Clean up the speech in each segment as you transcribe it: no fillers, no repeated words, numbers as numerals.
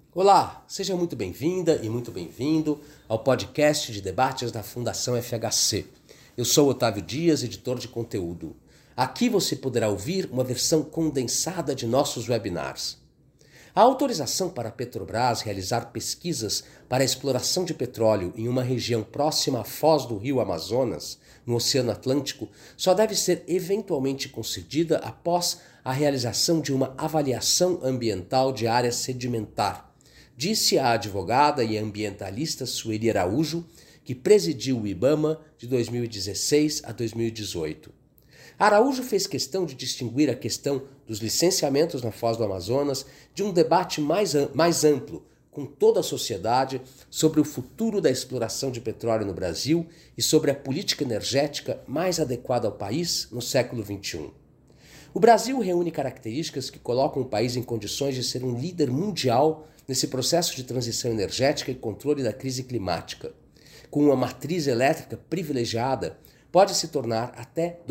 Olá, seja muito bem-vinda e muito bem-vindo ao podcast de debates da Fundação FHC. Eu sou Otávio Dias, editor de conteúdo. Aqui você poderá ouvir uma versão condensada de nossos webinars. A autorização para a Petrobras realizar pesquisas para a exploração de petróleo em uma região próxima à foz do rio Amazonas, no Oceano Atlântico, só deve ser eventualmente concedida após a realização de uma avaliação ambiental de área sedimentar, disse a advogada e ambientalista Sueli Araújo, que presidiu o IBAMA de 2016 a 2018. Araújo fez questão de distinguir a questão dos licenciamentos na Foz do Amazonas de um debate mais amplo com toda a sociedade sobre o futuro da exploração de petróleo no Brasil e sobre a política energética mais adequada ao país no século XXI. O Brasil reúne características que colocam o país em condições de ser um líder mundial nesse processo de transição energética e controle da crise climática. Com uma matriz elétrica privilegiada, pode se tornar até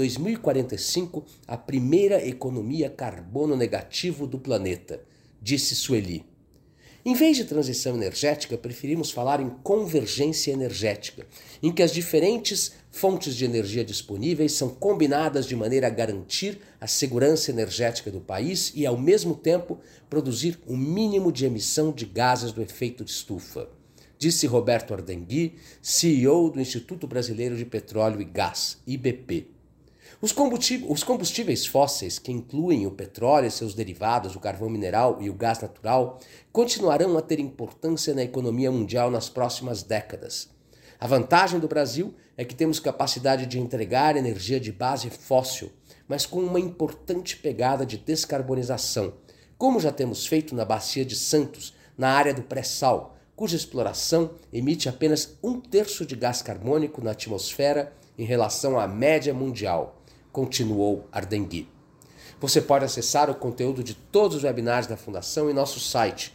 2045 a primeira economia carbono negativo do planeta, disse Sueli. Em vez de transição energética, preferimos falar em convergência energética, em que as diferentes fontes de energia disponíveis são combinadas de maneira a garantir a segurança energética do país e, ao mesmo tempo, produzir o mínimo de emissão de gases do efeito de estufa, disse Roberto Ardengui, CEO do Instituto Brasileiro de Petróleo e Gás, IBP. Os combustíveis fósseis, que incluem o petróleo e seus derivados, o carvão mineral e o gás natural, continuarão a ter importância na economia mundial nas próximas décadas. A vantagem do Brasil é que temos capacidade de entregar energia de base fóssil, mas com uma importante pegada de descarbonização, como já temos feito na Bacia de Santos, na área do pré-sal, cuja exploração emite apenas 1/3 de gás carbônico na atmosfera em relação à média mundial, continuou Ardengui. Você pode acessar o conteúdo de todos os webinars da Fundação em nosso site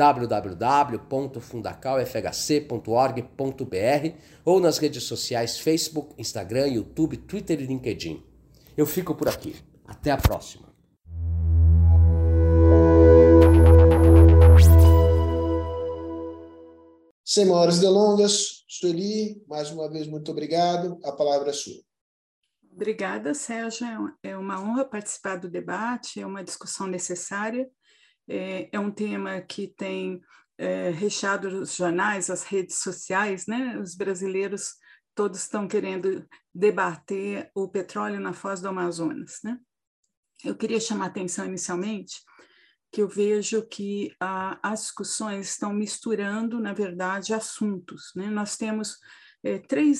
www.fundacalfhc.org.br ou nas redes sociais Facebook, Instagram, YouTube, Twitter e LinkedIn. Eu fico por aqui. Até a próxima. Sem maiores delongas, Sueli, mais uma vez, muito obrigado. A palavra é sua. Obrigada, Sérgio. É uma honra participar do debate, é uma discussão necessária. É um tema que tem recheado os jornais, as redes sociais, né? Os brasileiros todos estão querendo debater o petróleo na Foz do Amazonas, né? Eu queria chamar a atenção inicialmente que eu vejo que as discussões estão misturando, na verdade, assuntos, né? Nós temos três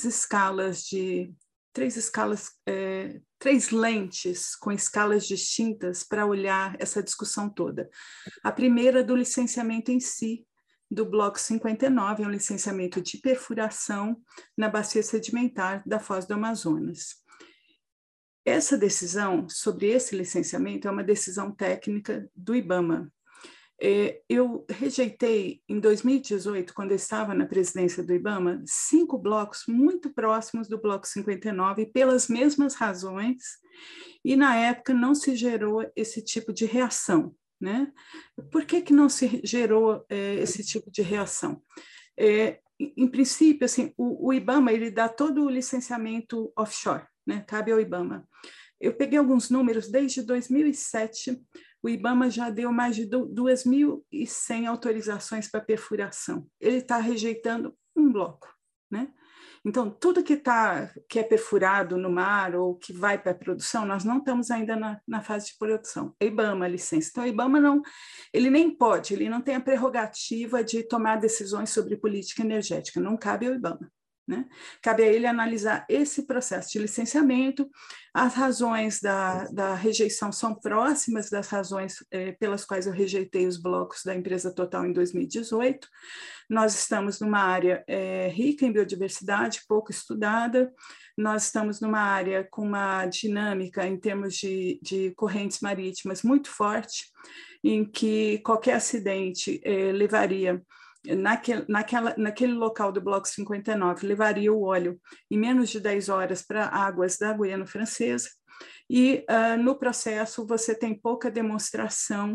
lentes com escalas distintas para olhar essa discussão toda. A primeira do licenciamento em si, do Bloco 59, é um licenciamento de perfuração na bacia sedimentar da Foz do Amazonas. Essa decisão sobre esse licenciamento é uma decisão técnica do IBAMA. Eu rejeitei, em 2018, quando eu estava na presidência do IBAMA, 5 blocos muito próximos do Bloco 59, pelas mesmas razões, e na época não se gerou esse tipo de reação, né? Por que não se gerou esse tipo de reação? Em princípio, assim, o IBAMA ele dá todo o licenciamento offshore, né? Cabe ao IBAMA. Eu peguei alguns números, desde 2007, o IBAMA já deu mais de 2.100 autorizações para perfuração. Ele está rejeitando um bloco, né? Então, tudo que é perfurado no mar ou que vai para a produção, nós não estamos ainda na fase de produção. É IBAMA a licença. Então, o IBAMA ele nem pode, ele não tem a prerrogativa de tomar decisões sobre política energética, não cabe ao IBAMA, né? Cabe a ele analisar esse processo de licenciamento. As razões da rejeição são próximas das razões pelas quais eu rejeitei os blocos da empresa Total em 2018. Nós estamos numa área rica em biodiversidade, pouco estudada. Nós estamos numa área com uma dinâmica em termos de correntes marítimas muito forte, em que qualquer acidente levaria naquele local do Bloco 59, levaria o óleo em menos de 10 horas para águas da Guiana Francesa, e no processo você tem pouca demonstração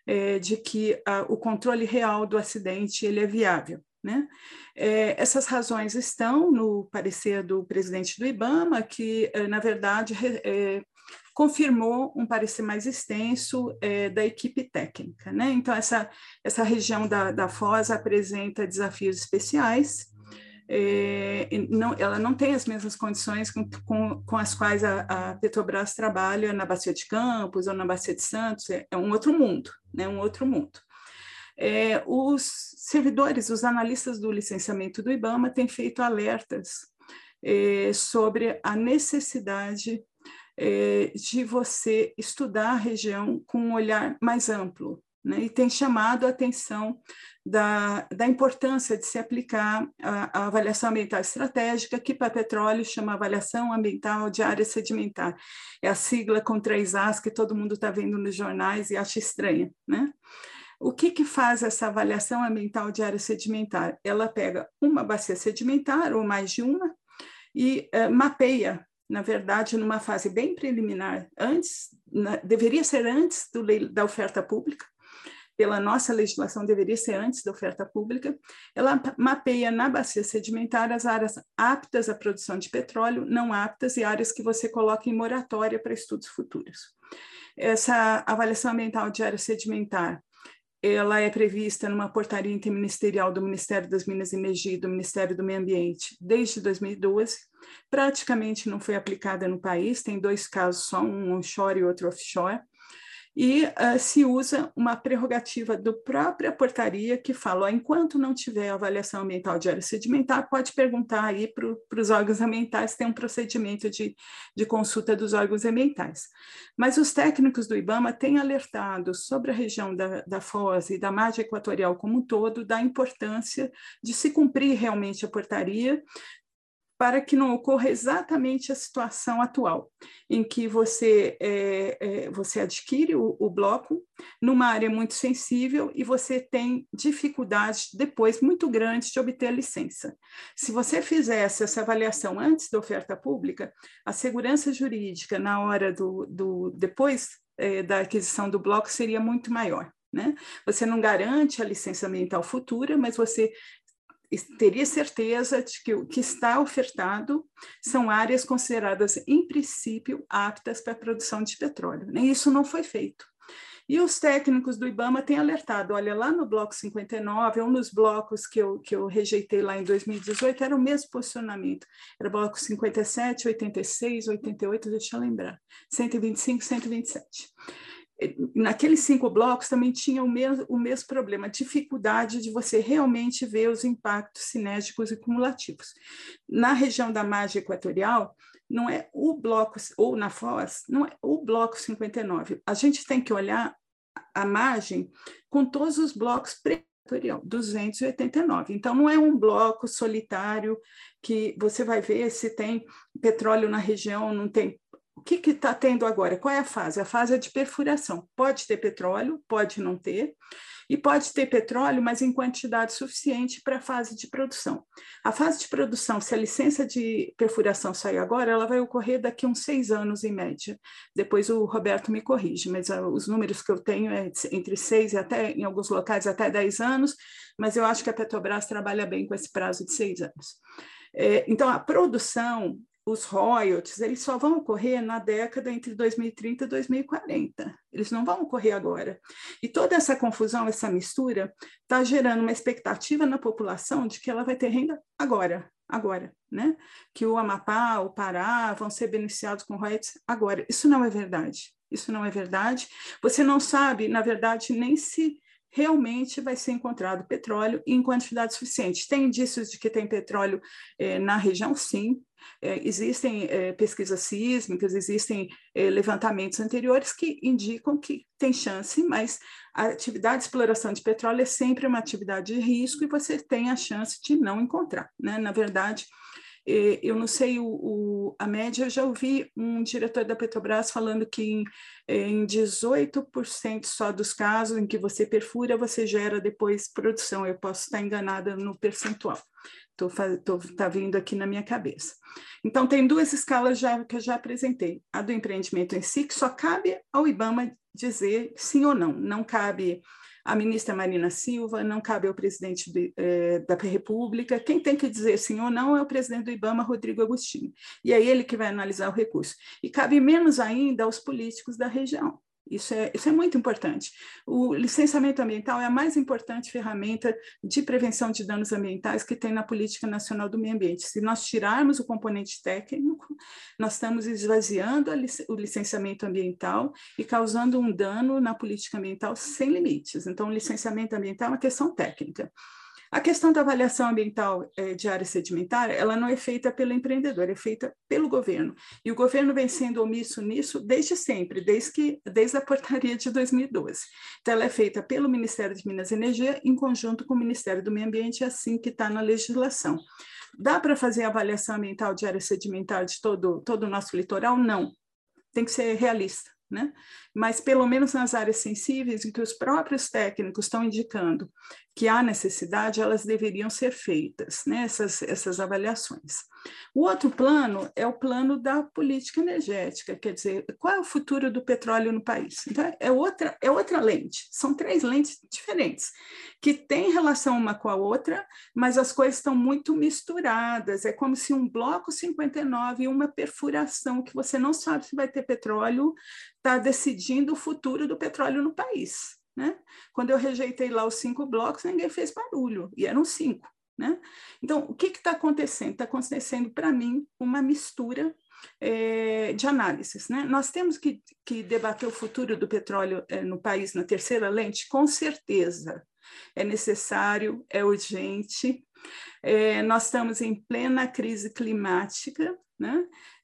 de que o controle real do acidente ele é viável, né? Essas razões estão no parecer do presidente do IBAMA, que, na verdade, confirmou um parecer mais extenso da equipe técnica, né? Então, essa região da Foz apresenta desafios especiais. Ela não tem as mesmas condições com as quais a Petrobras trabalha na Bacia de Campos ou na Bacia de Santos. É um outro mundo, né? Um outro mundo. Os servidores, os analistas do licenciamento do IBAMA têm feito alertas sobre a necessidade de você estudar a região com um olhar mais amplo, né? E tem chamado a atenção da importância de se aplicar a avaliação ambiental estratégica, que para petróleo chama avaliação ambiental de área sedimentar. É a sigla com 3 As que todo mundo está vendo nos jornais e acha estranha, né? O que faz essa avaliação ambiental de área sedimentar? Ela pega uma bacia sedimentar, ou mais de uma, e mapeia, na verdade, numa fase bem preliminar, deveria ser antes da oferta pública, pela nossa legislação deveria ser antes da oferta pública, ela mapeia na bacia sedimentar as áreas aptas à produção de petróleo, não aptas, e áreas que você coloca em moratória para estudos futuros. Essa avaliação ambiental de área sedimentar, ela é prevista numa portaria interministerial do Ministério das Minas e Energia e do Ministério do Meio Ambiente desde 2012, praticamente não foi aplicada no país, tem 2 casos só, um onshore e outro offshore, e se usa uma prerrogativa da própria portaria que fala, enquanto não tiver avaliação ambiental de área sedimentar, pode perguntar aí para os órgãos ambientais, tem um procedimento de consulta dos órgãos ambientais. Mas os técnicos do IBAMA têm alertado sobre a região da Foz e da margem equatorial como um todo, da importância de se cumprir realmente a portaria, para que não ocorra exatamente a situação atual, em que você adquire o bloco numa área muito sensível e você tem dificuldades depois muito grandes de obter a licença. Se você fizesse essa avaliação antes da oferta pública, a segurança jurídica na hora depois da aquisição do bloco seria muito maior, né? Você não garante a licença ambiental futura, mas você teria certeza de que o que está ofertado são áreas consideradas, em princípio, aptas para a produção de petróleo, né? Isso não foi feito. E os técnicos do IBAMA têm alertado, olha, lá no bloco 59, ou nos blocos que eu rejeitei lá em 2018, era o mesmo posicionamento. Era bloco 57, 86, 88, deixa eu lembrar, 125, 127. Naqueles 5 blocos também tinha o mesmo problema, a dificuldade de você realmente ver os impactos sinérgicos e cumulativos. Na região da margem equatorial, não é o bloco, ou na Foz, não é o bloco 59. A gente tem que olhar a margem com todos os blocos pré-equatorial, 289. Então, não é um bloco solitário que você vai ver se tem petróleo na região, não tem. O que está tendo agora? Qual é a fase? A fase é de perfuração. Pode ter petróleo, pode não ter, e pode ter petróleo, mas em quantidade suficiente para a fase de produção. A fase de produção, se a licença de perfuração sair agora, ela vai ocorrer daqui a uns 6 anos, em média. Depois o Roberto me corrige, mas os números que eu tenho é entre 6 e até, em alguns locais, até 10 anos, mas eu acho que a Petrobras trabalha bem com esse prazo de 6 anos. Então, a produção, os royalties, eles só vão ocorrer na década entre 2030 e 2040. Eles não vão ocorrer agora. E toda essa confusão, essa mistura, está gerando uma expectativa na população de que ela vai ter renda agora, né? Que o Amapá, o Pará vão ser beneficiados com royalties agora. Isso não é verdade. Isso não é verdade. Você não sabe, na verdade, nem se realmente vai ser encontrado petróleo em quantidade suficiente. Tem indícios de que tem petróleo na região, sim. Existem pesquisas sísmicas, existem levantamentos anteriores que indicam que tem chance, mas a atividade de exploração de petróleo é sempre uma atividade de risco e você tem a chance de não encontrar, né? Na verdade, eu não sei a média, eu já ouvi um diretor da Petrobras falando que em 18% só dos casos em que você perfura, você gera depois produção. Eu posso estar enganada no percentual. Está vindo aqui na minha cabeça. Então, tem 2 escalas que eu já apresentei. A do empreendimento em si, que só cabe ao IBAMA dizer sim ou não. Não cabe à ministra Marina Silva, não cabe ao presidente da República. Quem tem que dizer sim ou não é o presidente do IBAMA, Rodrigo Agostinho. E é ele que vai analisar o recurso. E cabe menos ainda aos políticos da região. Isso é muito importante. O licenciamento ambiental é a mais importante ferramenta de prevenção de danos ambientais que tem na Política Nacional do Meio Ambiente. Se nós tirarmos o componente técnico, nós estamos esvaziando o licenciamento ambiental e causando um dano na política ambiental sem limites. Então, o licenciamento ambiental é uma questão técnica. A questão da avaliação ambiental de área sedimentária, ela não é feita pelo empreendedor, é feita pelo governo. E o governo vem sendo omisso nisso desde sempre, desde a portaria de 2012. Então, ela é feita pelo Ministério de Minas e Energia, em conjunto com o Ministério do Meio Ambiente, assim que está na legislação. Dá para fazer a avaliação ambiental de área sedimentária de todo o nosso litoral? Não. Tem que ser realista. Né? Mas, pelo menos nas áreas sensíveis, em que os próprios técnicos estão indicando que há necessidade, elas deveriam ser feitas, né? essas avaliações. O outro plano é o plano da política energética, quer dizer, qual é o futuro do petróleo no país? Então, é outra lente, são 3 lentes diferentes, que têm relação uma com a outra, mas as coisas estão muito misturadas, é como se um bloco 59 e uma perfuração que você não sabe se vai ter petróleo está decidindo o futuro do petróleo no país. Né? Quando eu rejeitei lá os 5 blocos, ninguém fez barulho, e eram 5. Né? Então, o que está acontecendo? Está acontecendo, para mim, uma mistura de análises. Né? Nós temos que debater o futuro do petróleo no país na terceira lente, com certeza. É necessário, é urgente. Nós estamos em plena crise climática. Né?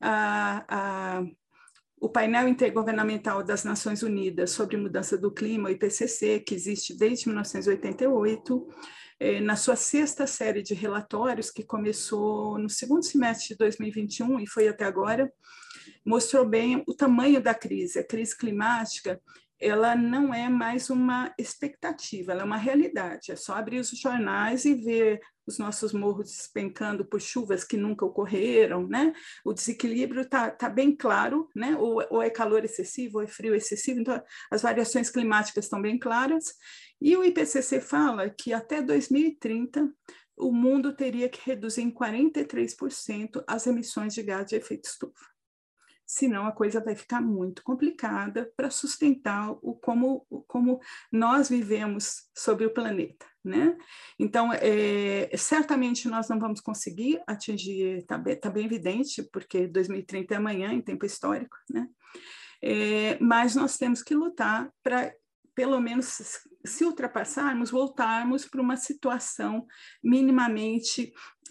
O painel intergovernamental das Nações Unidas sobre mudança do clima, o IPCC, que existe desde 1988, na sua 6ª série de relatórios, que começou no segundo semestre de 2021 e foi até agora, mostrou bem o tamanho da crise. A crise climática, ela não é mais uma expectativa, ela é uma realidade. É só abrir os jornais e ver os nossos morros despencando por chuvas que nunca ocorreram, né? O desequilíbrio está bem claro, né? Ou é calor excessivo, ou é frio excessivo, então as variações climáticas estão bem claras. E o IPCC fala que até 2030 o mundo teria que reduzir em 43% as emissões de gás de efeito estufa. Senão a coisa vai ficar muito complicada para sustentar como nós vivemos sobre o planeta. Né? Então, certamente nós não vamos conseguir atingir, está bem evidente, porque 2030 é amanhã, em tempo histórico, né? Mas nós temos que lutar para, pelo menos, se ultrapassarmos, voltarmos para uma situação minimamente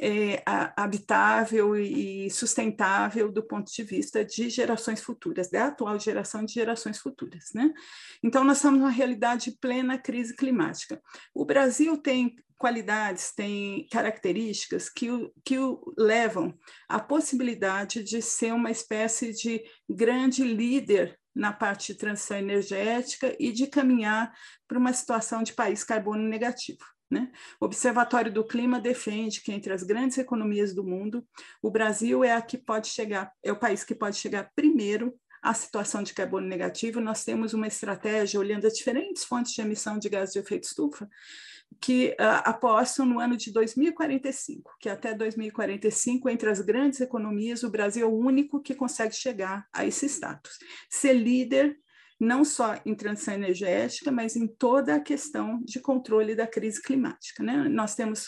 habitável e sustentável do ponto de vista de gerações futuras, da atual geração de gerações futuras. Né? Então, nós estamos numa realidade de plena crise climática. O Brasil tem qualidades, tem características que o levam à possibilidade de ser uma espécie de grande líder na parte de transição energética e de caminhar para uma situação de país carbono negativo. Né? O Observatório do Clima defende que entre as grandes economias do mundo, o Brasil é o país que pode chegar primeiro à situação de carbono negativo. Nós temos uma estratégia olhando as diferentes fontes de emissão de gás de efeito estufa que apostam no ano de 2045, que até 2045, entre as grandes economias, o Brasil é o único que consegue chegar a esse status. Ser líder não só em transição energética, mas em toda a questão de controle da crise climática. Né? Nós temos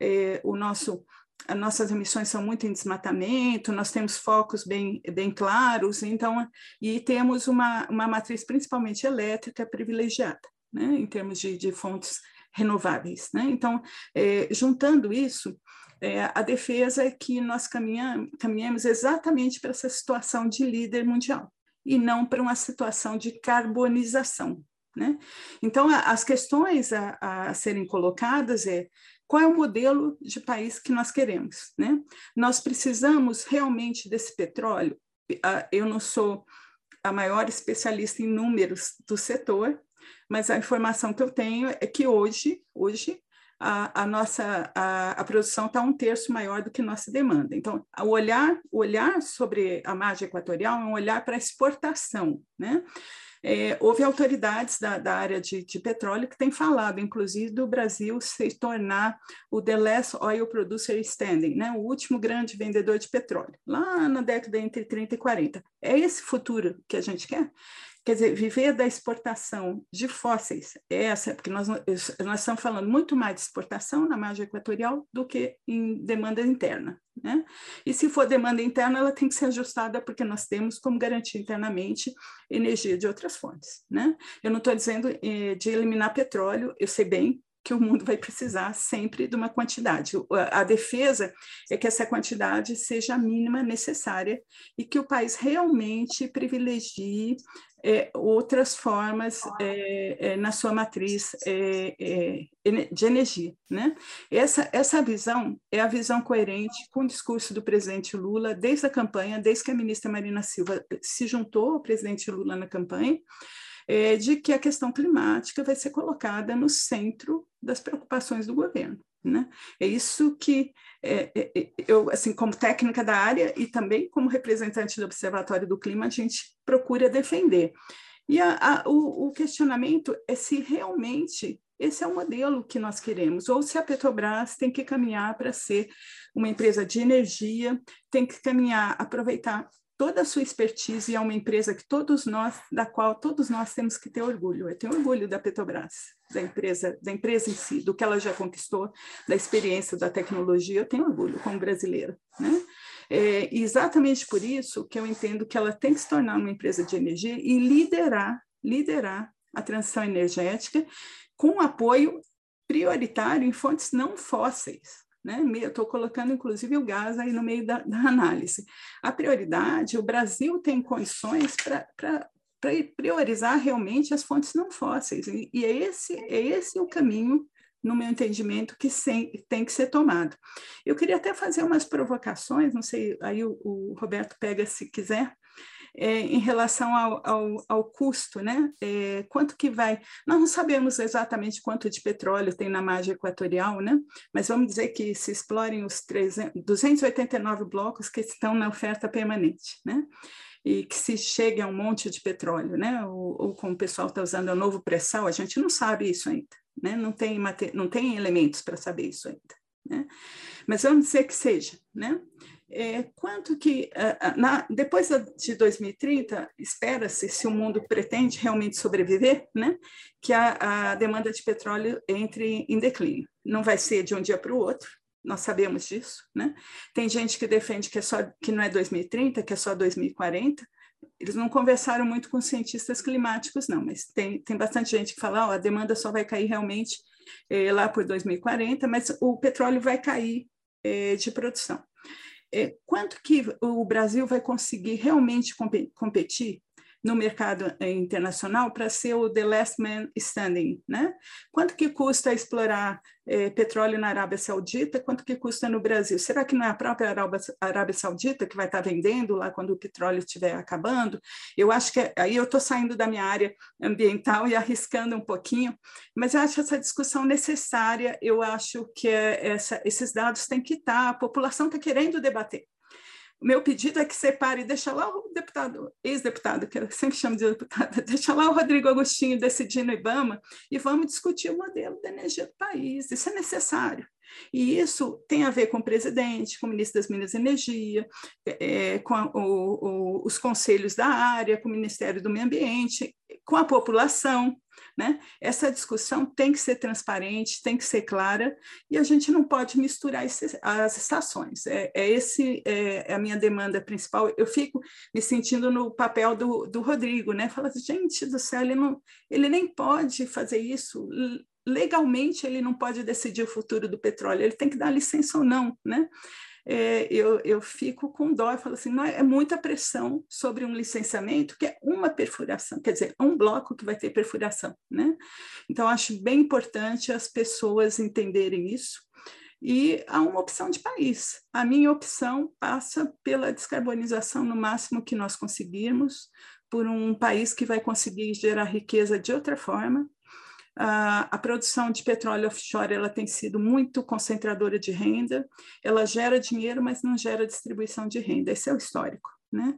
as nossas emissões são muito em desmatamento, nós temos focos bem claros, então, e temos uma matriz principalmente elétrica privilegiada, né? Em termos de fontes renováveis. Né? Então, juntando isso, a defesa é que nós caminhamos exatamente para essa situação de líder mundial, e não para uma situação de carbonização. Né? Então, as questões a serem colocadas qual é o modelo de país que nós queremos. Né? Nós precisamos realmente desse petróleo. Eu não sou a maior especialista em números do setor, mas a informação que eu tenho é que hoje a produção está 1/3 maior do que nossa demanda. Então, o olhar sobre a margem equatorial é um olhar para a exportação, né? houve autoridades da área de petróleo que têm falado, inclusive, do Brasil se tornar o the last oil producer standing, né? O último grande vendedor de petróleo, lá na década entre 30 e 40. É esse futuro que a gente quer? Quer dizer, viver da exportação de fósseis, porque nós estamos falando muito mais de exportação na margem equatorial do que em demanda interna, né? E se for demanda interna, ela tem que ser ajustada, porque nós temos como garantir internamente energia de outras fontes, né? Eu não estou dizendo de eliminar petróleo, eu sei bem que o mundo vai precisar sempre de uma quantidade. A defesa é que essa quantidade seja a mínima necessária e que o país realmente privilegie outras formas na sua matriz de energia, né? Essa visão é a visão coerente com o discurso do presidente Lula desde a campanha, desde que a ministra Marina Silva se juntou ao presidente Lula na campanha, de que a questão climática vai ser colocada no centro das preocupações do governo, né? É isso que eu, assim, como técnica da área e também como representante do Observatório do Clima, a gente procura defender. E o questionamento é se realmente esse é o modelo que nós queremos, ou se a Petrobras tem que caminhar para ser uma empresa de energia, tem que caminhar, aproveitar toda a sua expertise, e é uma empresa que da qual todos nós temos que ter orgulho. Eu tenho orgulho da Petrobras, da empresa em si, do que ela já conquistou, da experiência, da tecnologia, eu tenho orgulho como brasileira, né? E exatamente por isso que eu entendo que ela tem que se tornar uma empresa de energia e liderar a transição energética com apoio prioritário em fontes não fósseis, né? Eu estou colocando, inclusive, o gás aí no meio da análise. A prioridade, o Brasil tem condições para priorizar realmente as fontes não fósseis, e é esse o caminho, no meu entendimento, que tem que ser tomado. Eu queria até fazer umas provocações, não sei, aí o Roberto pega se quiser, em relação ao custo, né? Quanto que vai... Nós não sabemos exatamente quanto de petróleo tem na margem equatorial, né? Mas vamos dizer que se explorem os 289 blocos que estão na oferta permanente, né? E que se chegue a um monte de petróleo, né? Ou como o pessoal está usando, o novo pré-sal, a gente não sabe isso ainda, né? Não tem elementos para saber isso ainda, né? Mas vamos dizer que seja, né? Quanto que, depois de 2030, espera-se, se o mundo pretende realmente sobreviver, né, que a demanda de petróleo entre em declínio. Não vai ser de um dia para o outro, nós sabemos disso, né? Tem gente que defende que não é 2030, que é só 2040. Eles não conversaram muito com cientistas climáticos, não, mas tem bastante gente que fala, a demanda só vai cair realmente lá por 2040, mas o petróleo vai cair de produção. Quanto que o Brasil vai conseguir realmente competir no mercado internacional para ser o the last man standing, né? Quanto que custa explorar petróleo na Arábia Saudita? Quanto que custa no Brasil? Será que não é a própria Arábia Saudita que vai estar vendendo lá quando o petróleo estiver acabando? Eu acho que aí eu estou saindo da minha área ambiental e arriscando um pouquinho, mas eu acho essa discussão necessária. Eu acho que esses dados têm que estar, a população está querendo debater. O meu pedido é que separe, deixa lá o ex-deputado, que eu sempre chamo de deputado, deixa lá o Rodrigo Agostinho decidir no IBAMA e vamos discutir o modelo da energia do país. Isso é necessário. E isso tem a ver com o presidente, com o ministro das Minas e Energia, com os conselhos da área, com o Ministério do Meio Ambiente, com a população, né? Essa discussão tem que ser transparente, tem que ser clara, e a gente não pode misturar as estações. É a minha demanda principal. Eu fico me sentindo no papel do Rodrigo, né? Fala assim, gente do céu, ele nem pode fazer isso. Legalmente, ele não pode decidir o futuro do petróleo, ele tem que dar licença ou não, né? Eu fico com dó e falo assim, não, é muita pressão sobre um licenciamento que é uma perfuração, quer dizer, um bloco que vai ter perfuração, né? Então, acho bem importante as pessoas entenderem isso, e há uma opção de país. A minha opção passa pela descarbonização no máximo que nós conseguirmos, por um país que vai conseguir gerar riqueza de outra forma. A produção de petróleo offshore ela tem sido muito concentradora de renda, ela gera dinheiro, mas não gera distribuição de renda, esse é o histórico, né?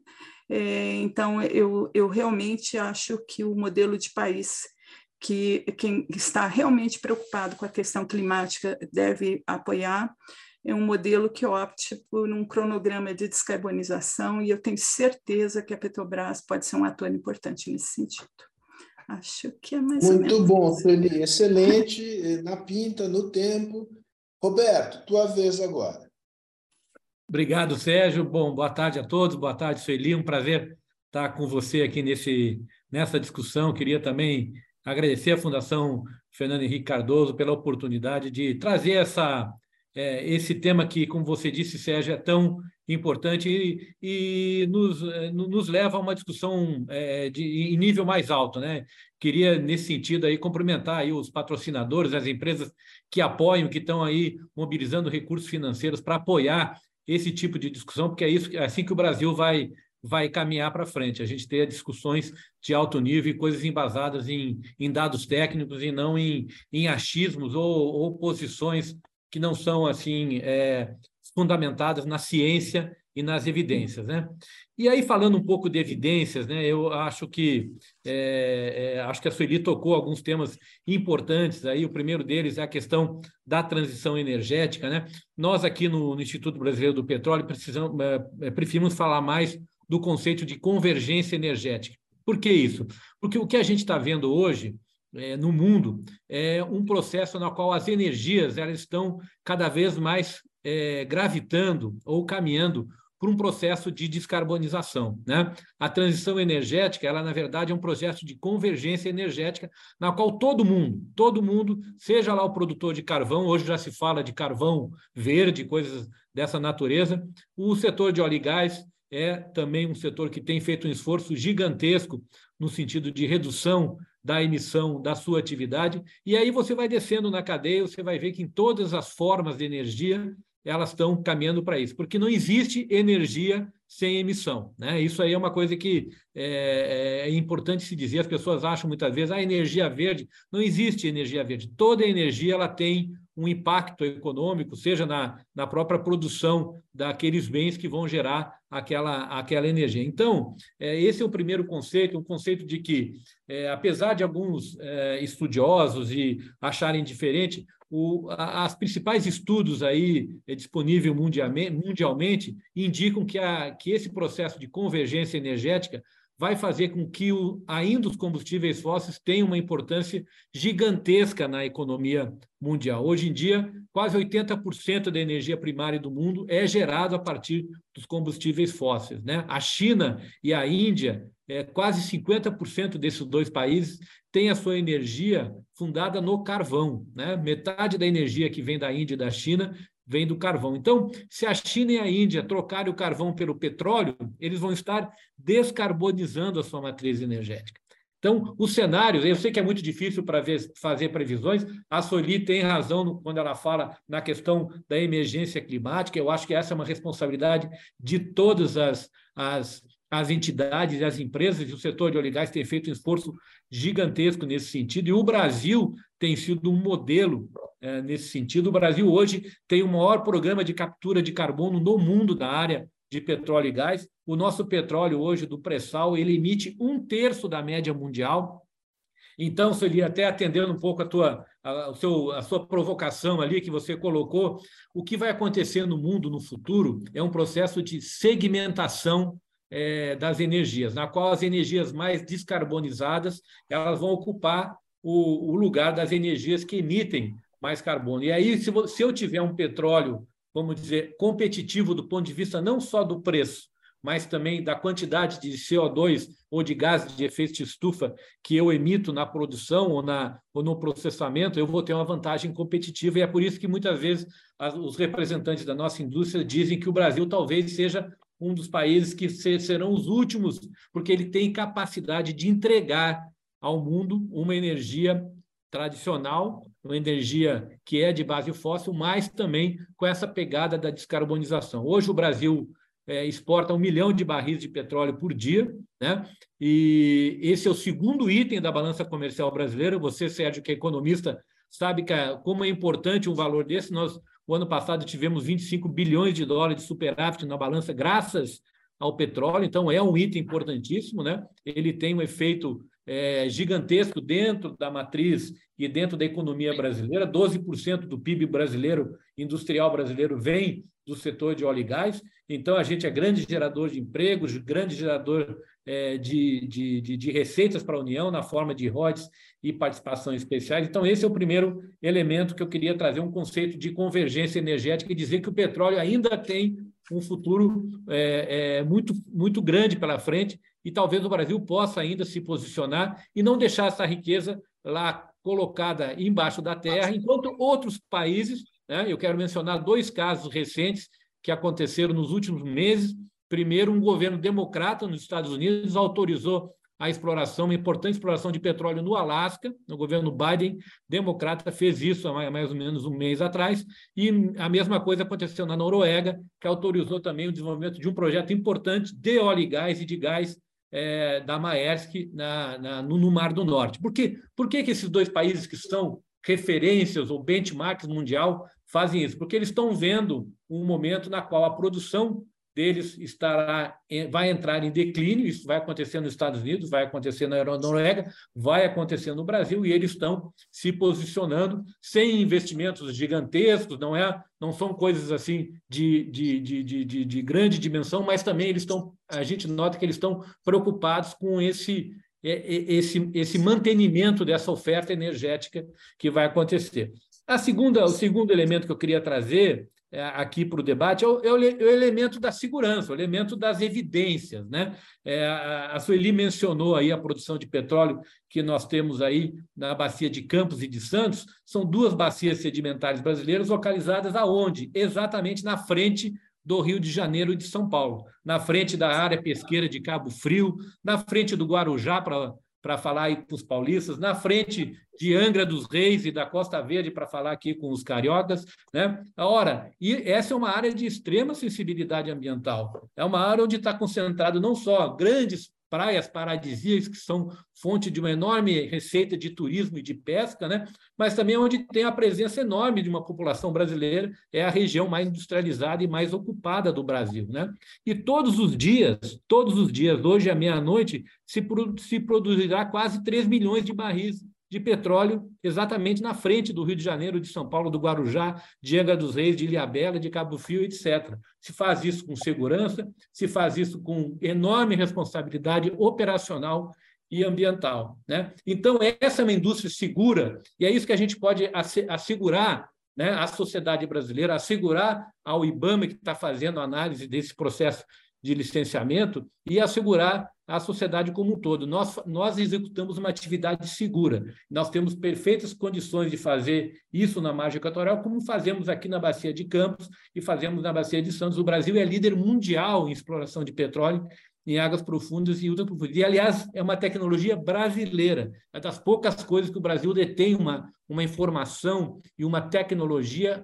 Então, eu realmente acho que o modelo de país que quem está realmente preocupado com a questão climática deve apoiar é um modelo que opte por um cronograma de descarbonização, e eu tenho certeza que a Petrobras pode ser um ator importante nesse sentido. Acho que é mais ou menos Muito bom, isso. Sueli, excelente, na pinta, no tempo. Roberto, tua vez agora. Obrigado, Sérgio. Bom, boa tarde a todos, boa tarde, Sueli. Um prazer estar com você aqui nessa discussão. Queria também agradecer à Fundação Fernando Henrique Cardoso pela oportunidade de trazer esse tema que, como você disse, Sérgio, é tão importante e nos leva a uma discussão em nível mais alto, né? Queria, nesse sentido, aí, cumprimentar aí os patrocinadores, as empresas que apoiam, que estão aí mobilizando recursos financeiros para apoiar esse tipo de discussão, porque é assim que o Brasil vai caminhar para frente, a gente ter discussões de alto nível e coisas embasadas em dados técnicos e não em achismos ou posições que não são assim fundamentadas na ciência e nas evidências, né? E aí, falando um pouco de evidências, né, eu acho que a Sueli tocou alguns temas importantes aí. O primeiro deles é a questão da transição energética, né? Nós aqui no Instituto Brasileiro do Petróleo preferimos falar mais do conceito de convergência energética. Por que isso? Porque o que a gente está vendo hoje no mundo é um processo no qual as energias elas estão cada vez mais gravitando ou caminhando por um processo de descarbonização, né? A transição energética, ela na verdade é um processo de convergência energética na qual todo mundo, seja lá o produtor de carvão, hoje já se fala de carvão verde, coisas dessa natureza, o setor de óleo e gás é também um setor que tem feito um esforço gigantesco no sentido de redução da emissão da sua atividade, e aí você vai descendo na cadeia, você vai ver que em todas as formas de energia elas estão caminhando para isso, porque não existe energia sem emissão, né? Isso aí é uma coisa que é importante se dizer. As pessoas acham muitas vezes a energia verde. Não existe energia verde. Toda energia ela tem um impacto econômico, seja na própria produção daqueles bens que vão gerar aquela energia. Então, esse é o primeiro conceito, um conceito de que, apesar de alguns estudiosos acharem diferente, as principais estudos aí disponíveis mundialmente indicam que esse processo de convergência energética vai fazer com que ainda os combustíveis fósseis tenham uma importância gigantesca na economia mundial. Hoje em dia, quase 80% da energia primária do mundo é gerada a partir dos combustíveis fósseis, né? A China e a Índia, quase 50% desses dois países têm a sua energia fundada no carvão, né? Metade da energia que vem da Índia e da China vem do carvão. Então, se a China e a Índia trocarem o carvão pelo petróleo, eles vão estar descarbonizando a sua matriz energética. Então, os cenários, eu sei que é muito difícil para fazer previsões, a Sueli tem razão quando ela fala na questão da emergência climática. Eu acho que essa é uma responsabilidade de todas as entidades e as empresas, e o setor de óleo e gás tem feito um esforço gigantesco nesse sentido, e o Brasil tem sido um modelo nesse sentido. O Brasil hoje tem o maior programa de captura de carbono no mundo da área de petróleo e gás. O nosso petróleo hoje, do pré-sal, ele emite 1/3 da média mundial. Então, Sueli, até atendendo um pouco a sua provocação ali que você colocou, o que vai acontecer no mundo no futuro é um processo de segmentação das energias, na qual as energias mais descarbonizadas elas vão ocupar o lugar das energias que emitem mais carbono. E aí, se eu tiver um petróleo, vamos dizer, competitivo do ponto de vista não só do preço, mas também da quantidade de CO2 ou de gases de efeito de estufa que eu emito na produção ou no processamento, eu vou ter uma vantagem competitiva, e é por isso que muitas vezes os representantes da nossa indústria dizem que o Brasil talvez seja um dos países que serão os últimos, porque ele tem capacidade de entregar ao mundo uma energia tradicional, uma energia que é de base fóssil, mas também com essa pegada da descarbonização. Hoje o Brasil exporta 1 milhão de barris de petróleo por dia, né? E esse é o segundo item da balança comercial brasileira. Você, Sérgio, que é economista, sabe como é importante um valor desse. Nós, o ano passado, tivemos 25 bilhões de dólares de superávit na balança, graças ao petróleo, então é um item importantíssimo, né? Ele tem um efeito gigantesco dentro da matriz e dentro da economia brasileira. 12% do PIB brasileiro, industrial brasileiro, vem do setor de óleo e gás. Então, a gente é grande gerador de empregos, grande gerador de receitas para a União, na forma de royalties e participações especiais. Então, esse é o primeiro elemento que eu queria trazer, um conceito de convergência energética e dizer que o petróleo ainda tem um futuro muito, muito grande pela frente, e talvez o Brasil possa ainda se posicionar e não deixar essa riqueza lá colocada embaixo da terra, enquanto outros países, né, eu quero mencionar 2 casos recentes que aconteceram nos últimos meses. Primeiro, um governo democrata nos Estados Unidos autorizou a exploração, uma importante exploração de petróleo no Alasca. O governo Biden, democrata, fez isso há mais ou menos um mês atrás, e a mesma coisa aconteceu na Noruega, que autorizou também o desenvolvimento de um projeto importante de óleo e gás e de gás da Maersk no Mar do Norte. Por quê? Por que esses 2 países que são referências ou benchmarks mundial fazem isso? Porque eles estão vendo um momento na qual a produção deles vai entrar em declínio. Isso vai acontecer nos Estados Unidos, vai acontecer na Noruega, vai acontecer no Brasil, e eles estão se posicionando sem investimentos gigantescos, não são coisas assim de grande dimensão, mas também a gente nota que eles estão preocupados com esse mantenimento dessa oferta energética que vai acontecer. O segundo elemento que eu queria trazer aqui para o debate é o elemento da segurança, o elemento das evidências, né? A Sueli mencionou aí a produção de petróleo que nós temos aí na bacia de Campos e de Santos. São 2 bacias sedimentares brasileiras localizadas aonde? Exatamente na frente do Rio de Janeiro e de São Paulo, na frente da área pesqueira de Cabo Frio, na frente do Guarujá, para falar aí com os paulistas, na frente de Angra dos Reis e da Costa Verde, para falar aqui com os cariocas, né? Ora, e essa é uma área de extrema sensibilidade ambiental, é uma área onde está concentrado não só grandes praias paradisíacas, que são fonte de uma enorme receita de turismo e de pesca, né? Mas também onde tem a presença enorme de uma população brasileira, é a região mais industrializada e mais ocupada do Brasil, né? E todos os dias, hoje à meia-noite, se produzirá quase 3 milhões de barris de petróleo exatamente na frente do Rio de Janeiro, de São Paulo, do Guarujá, de Angra dos Reis, de Ilhabela, de Cabo Frio, etc. Se faz isso com segurança, se faz isso com enorme responsabilidade operacional e ambiental, né? Então, essa é uma indústria segura, e é isso que a gente pode assegurar, né, à sociedade brasileira, assegurar ao IBAMA, que está fazendo a análise desse processo de licenciamento, e assegurar à sociedade como um todo. Nós executamos uma atividade segura. Nós temos perfeitas condições de fazer isso na margem equatorial, como fazemos aqui na Bacia de Campos e fazemos na Bacia de Santos. O Brasil é líder mundial em exploração de petróleo em águas profundas e ultraprofundas. E, aliás, é uma tecnologia brasileira. É das poucas coisas que o Brasil detém uma informação e uma tecnologia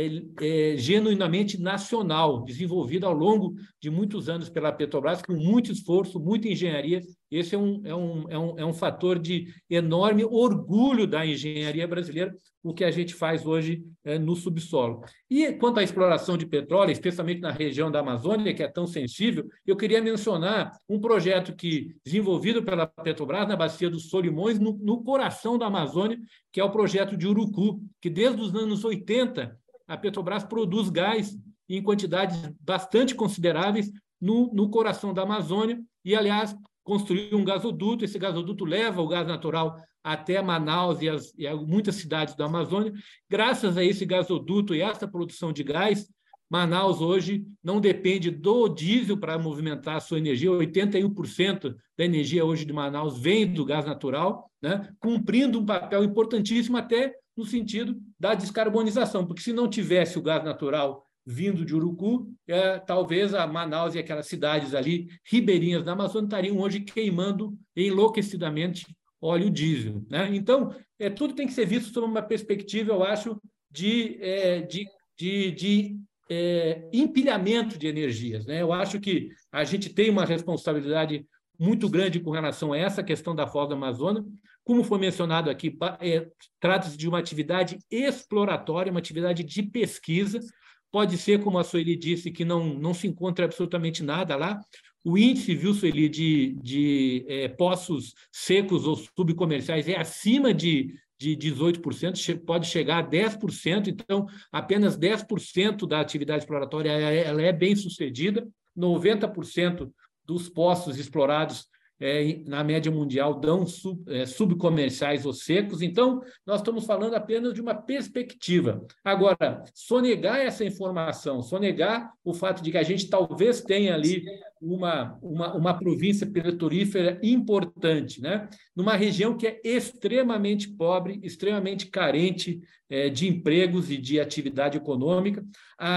genuinamente nacional, desenvolvida ao longo de muitos anos pela Petrobras, com muito esforço, muita engenharia. Esse é um fator de enorme orgulho da engenharia brasileira, o que a gente faz hoje no subsolo. E quanto à exploração de petróleo, especialmente na região da Amazônia, que é tão sensível, eu queria mencionar um projeto desenvolvido pela Petrobras na Bacia dos Solimões, no coração da Amazônia, que é o projeto de Urucu, que desde os anos 80 a Petrobras produz gás em quantidades bastante consideráveis no coração da Amazônia e, aliás, construiu um gasoduto. Esse gasoduto leva o gás natural até Manaus e muitas cidades da Amazônia. Graças a esse gasoduto e essa produção de gás, Manaus hoje não depende do diesel para movimentar a sua energia. 81% da energia hoje de Manaus vem do gás natural, né? Cumprindo um papel importantíssimo até no sentido da descarbonização, porque se não tivesse o gás natural vindo de Urucu, talvez a Manaus e aquelas cidades ali ribeirinhas da Amazônia estariam hoje queimando enlouquecidamente óleo diesel, né? Então, tudo tem que ser visto sob uma perspectiva, eu acho, de empilhamento de energias, né? Eu acho que a gente tem uma responsabilidade muito grande com relação a essa questão da Foz do Amazonas. Como foi mencionado aqui, trata-se de uma atividade exploratória, uma atividade de pesquisa. pode ser, como a Sueli disse, que não se encontra absolutamente nada lá. O índice, viu, Sueli, de poços secos ou subcomerciais é acima de 18%, pode chegar a 10%, então apenas 10% da atividade exploratória ela é bem sucedida, 90% dos poços explorados na média mundial dão subcomerciais ou secos, então nós estamos falando apenas de uma perspectiva. Agora, sonegar essa informação, sonegar o fato de que a gente talvez tenha ali uma província petrolífera importante, né? Numa região que é extremamente pobre, extremamente carente de empregos e de atividade econômica.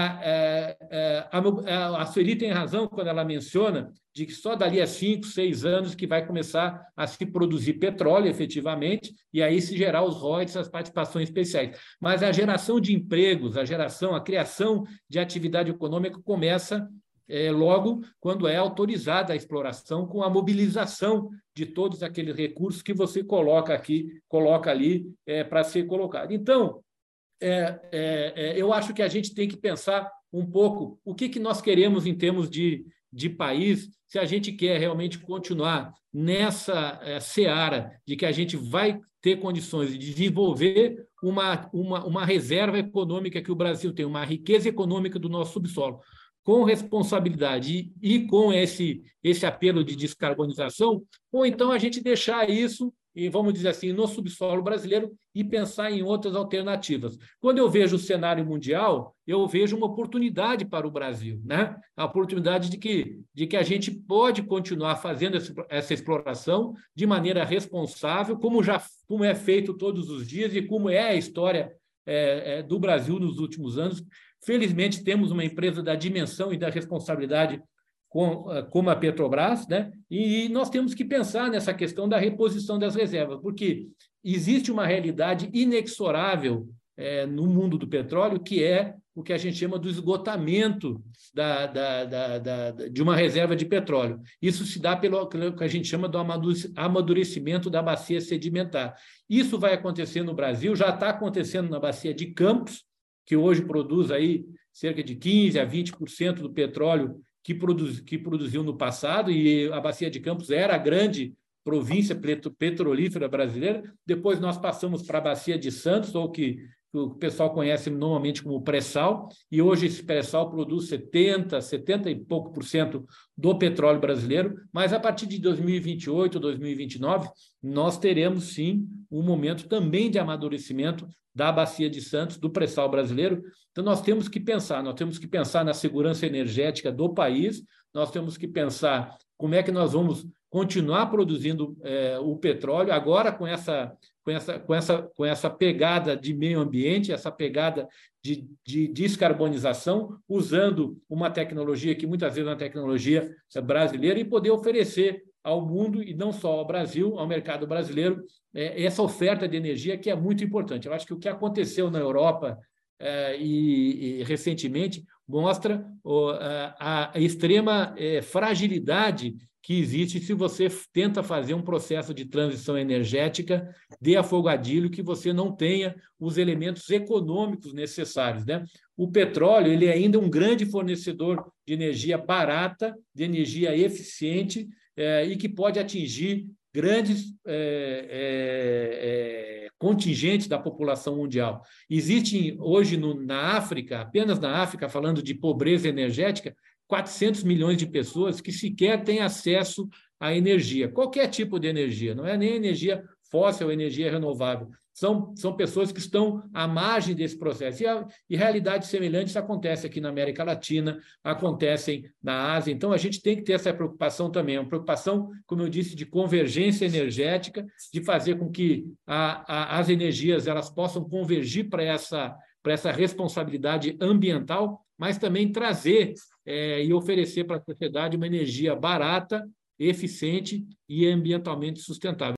A Sueli tem razão quando ela menciona de que só dali a 5, 6 anos que vai começar a se produzir petróleo, efetivamente, e aí se gerar os royalties, as participações especiais. Mas a geração de empregos, a criação de atividade econômica começa logo quando é autorizada a exploração, com a mobilização de todos aqueles recursos que você coloca ali para ser colocado. Então, eu acho que a gente tem que pensar um pouco o que nós queremos em termos de país, se a gente quer realmente continuar nessa seara de que a gente vai ter condições de desenvolver uma reserva econômica que o Brasil tem, uma riqueza econômica do nosso subsolo, com responsabilidade e com esse apelo de descarbonização, ou então a gente deixar isso, e vamos dizer assim, no subsolo brasileiro e pensar em outras alternativas. Quando eu vejo o cenário mundial, eu vejo uma oportunidade para o Brasil, né? A oportunidade de que a gente pode continuar fazendo essa exploração de maneira responsável, como é feito todos os dias e como é a história do Brasil nos últimos anos. Felizmente, temos uma empresa da dimensão e da responsabilidade como a Petrobras, né? E nós temos que pensar nessa questão da reposição das reservas, porque existe uma realidade inexorável no mundo do petróleo, que é o que a gente chama do esgotamento de uma reserva de petróleo. Isso se dá pelo que a gente chama do amadurecimento da bacia sedimentar. Isso vai acontecer no Brasil, já está acontecendo na bacia de Campos, que hoje produz aí cerca de 15% a 20% do petróleo que produziu no passado, e a Bacia de Campos era a grande província petrolífera brasileira. Depois nós passamos para a Bacia de Santos, ou que o pessoal conhece normalmente como pré-sal, e hoje esse pré-sal produz 70 e pouco por cento do petróleo brasileiro, mas a partir de 2028, 2029, nós teremos sim um momento também de amadurecimento da Bacia de Santos, do pré-sal brasileiro. Então nós temos que pensar na segurança energética do país, nós temos que pensar como é que nós vamos continuar produzindo o petróleo, agora com essa pegada de meio ambiente, essa pegada de descarbonização, usando uma tecnologia que muitas vezes é uma tecnologia brasileira, e poder oferecer ao mundo, e não só ao Brasil, ao mercado brasileiro, essa oferta de energia que é muito importante. Eu acho que o que aconteceu na Europa e recentemente mostra a extrema fragilidade que existe se você tenta fazer um processo de transição energética de afogadilho, que você não tenha os elementos econômicos necessários, né? O petróleo ele é ainda um grande fornecedor de energia barata, de energia eficiente, e que pode atingir grandes contingentes da população mundial. Existem hoje na África, apenas na África, falando de pobreza energética, 400 milhões de pessoas que sequer têm acesso à energia, qualquer tipo de energia, não é nem energia fóssil ou energia renovável. São pessoas que estão à margem desse processo. E realidades semelhantes acontecem aqui na América Latina, acontecem na Ásia. Então, a gente tem que ter essa preocupação também, uma preocupação, como eu disse, de convergência energética, de fazer com que as energias elas possam convergir para essa responsabilidade ambiental, mas também trazer e oferecer para a sociedade uma energia barata, eficiente e ambientalmente sustentável.